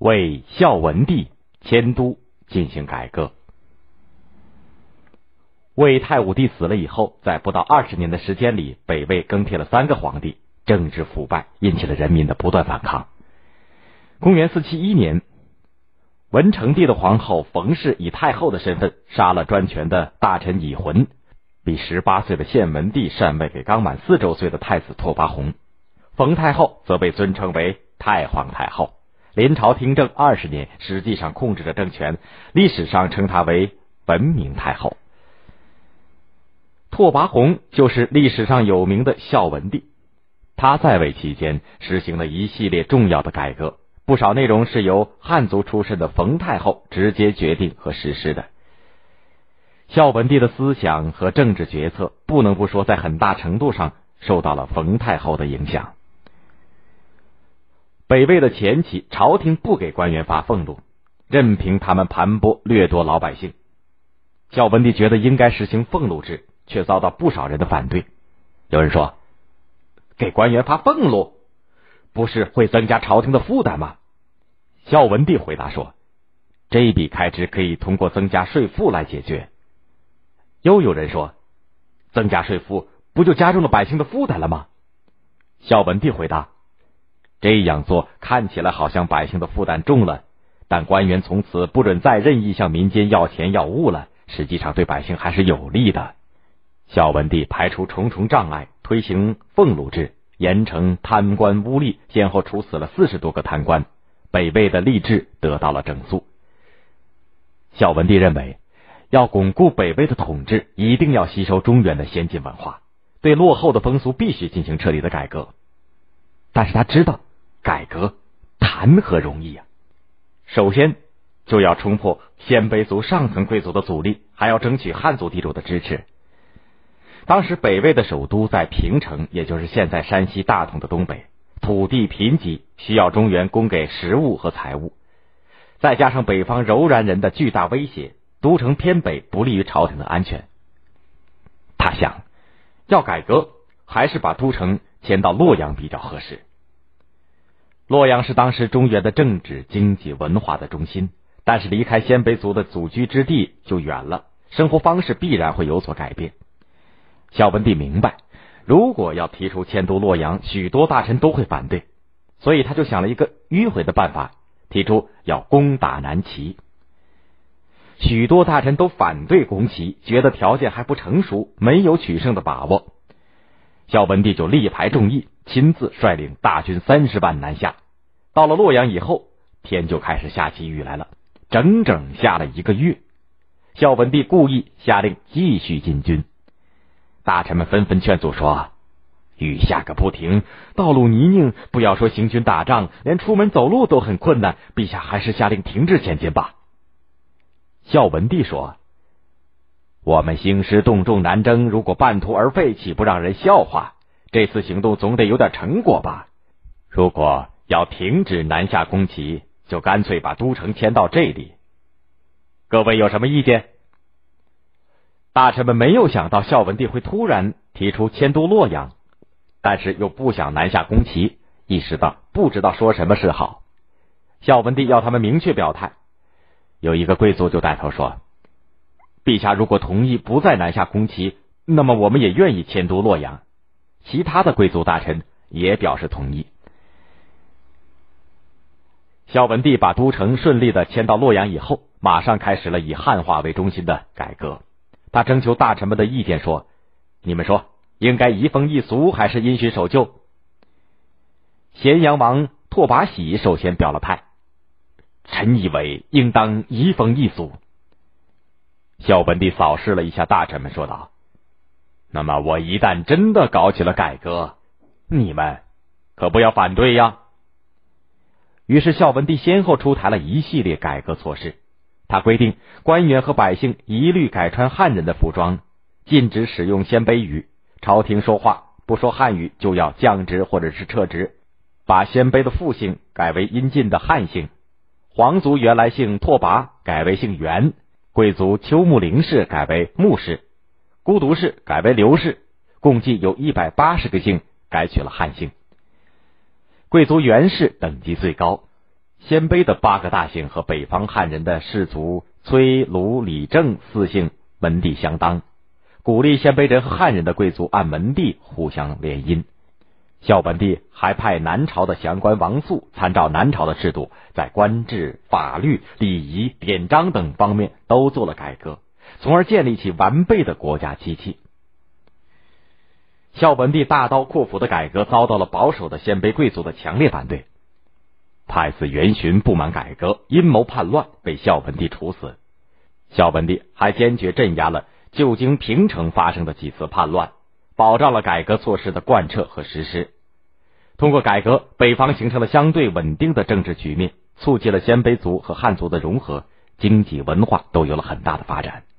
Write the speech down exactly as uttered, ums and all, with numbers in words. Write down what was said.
为孝文帝迁都进行改革。魏太武帝死了以后，在不到二十年的时间里，北魏更替了三个皇帝，政治腐败，引起了人民的不断反抗。公元四七一年，文成帝的皇后冯氏以太后的身份杀了专权的大臣乙浑，比十八岁的献文帝禅位给刚满四周岁的太子拓跋宏。冯太后则被尊称为太皇太后，临朝听政二十年，实际上控制着政权，历史上称她为文明太后。拓跋宏就是历史上有名的孝文帝，他在位期间实行了一系列重要的改革，不少内容是由汉族出身的冯太后直接决定和实施的。孝文帝的思想和政治决策不能不说在很大程度上受到了冯太后的影响。北魏的前期，朝廷不给官员发俸禄，任凭他们盘剥掠夺老百姓。孝文帝觉得应该实行俸禄制，却遭到不少人的反对。有人说，给官员发俸禄不是会增加朝廷的负担吗？孝文帝回答说，这笔开支可以通过增加税赋来解决。又有人说，增加税赋不就加重了百姓的负担了吗？孝文帝回答，这样做看起来好像百姓的负担重了，但官员从此不准再任意向民间要钱要物了，实际上对百姓还是有利的。孝文帝排除重重障碍，推行俸禄制，严惩贪官污吏，先后处死了四十多个贪官，北魏的吏治得到了整肃。孝文帝认为，要巩固北魏的统治，一定要吸收中原的先进文化，对落后的风俗必须进行彻底的改革。但是他知道，改革谈何容易啊！首先就要冲破鲜卑族上层贵族的阻力，还要争取汉族地主的支持。当时北魏的首都在平城，也就是现在山西大同的东北，土地贫瘠，需要中原供给食物和财物，再加上北方柔然人的巨大威胁，都城偏北不利于朝廷的安全。他想，要改革，还是把都城迁到洛阳比较合适。洛阳是当时中原的政治、经济、文化的中心，但是离开鲜卑族的祖居之地就远了，生活方式必然会有所改变。孝文帝明白，如果要提出迁都洛阳，许多大臣都会反对，所以他就想了一个迂回的办法，提出要攻打南齐。许多大臣都反对攻齐，觉得条件还不成熟，没有取胜的把握。孝文帝就力排众议，亲自率领大军三十万南下。到了洛阳以后，天就开始下起雨来了，整整下了一个月。孝文帝故意下令继续进军。大臣们纷纷劝阻说，雨下个不停，道路泥泞，不要说行军打仗，连出门走路都很困难，陛下还是下令停止前进吧。孝文帝说，我们兴师动众南征，如果半途而废，岂不让人笑话？这次行动总得有点成果吧？如果要停止南下攻齐，就干脆把都城迁到这里。各位有什么意见？大臣们没有想到孝文帝会突然提出迁都洛阳，但是又不想南下攻齐，意识到不知道说什么是好。孝文帝要他们明确表态。有一个贵族就带头说，陛下如果同意不再南下攻齐，那么我们也愿意迁都洛阳。其他的贵族大臣也表示同意。孝文帝把都城顺利的迁到洛阳以后，马上开始了以汉化为中心的改革。他征求大臣们的意见说，你们说应该移风易俗还是因循守旧？咸阳王拓跋喜首先表了态，臣以为应当移风易俗。孝文帝扫视了一下大臣们，说道，那么我一旦真的搞起了改革，你们可不要反对呀。于是孝文帝先后出台了一系列改革措施。他规定官员和百姓一律改穿汉人的服装，禁止使用鲜卑语，朝廷说话不说汉语就要降职或者是撤职，把鲜卑的复姓改为阴晋的汉姓，皇族原来姓拓跋改为姓元，贵族丘木陵氏改为穆氏，孤独氏改为刘氏，共计有一百八十个姓改取了汉姓。贵族元氏等级最高， 鲜卑的八个大姓和北方汉人的氏族崔、卢、李、郑四姓门第相当，鼓励鲜卑人和汉人的贵族按门第互相联姻。孝文帝还派南朝的降官王肃参照南朝的制度，在官制、法律、礼仪、典章等方面都做了改革，从而建立起完备的国家机器。孝文帝大刀阔斧的改革遭到了保守的鲜卑贵族的强烈反对。太子元询不满改革，阴谋叛乱，被孝文帝处死。孝文帝还坚决镇压了旧京平城发生的几次叛乱，保障了改革措施的贯彻和实施。通过改革，北方形成了相对稳定的政治局面，促进了鲜卑族和汉族的融合，经济文化都有了很大的发展。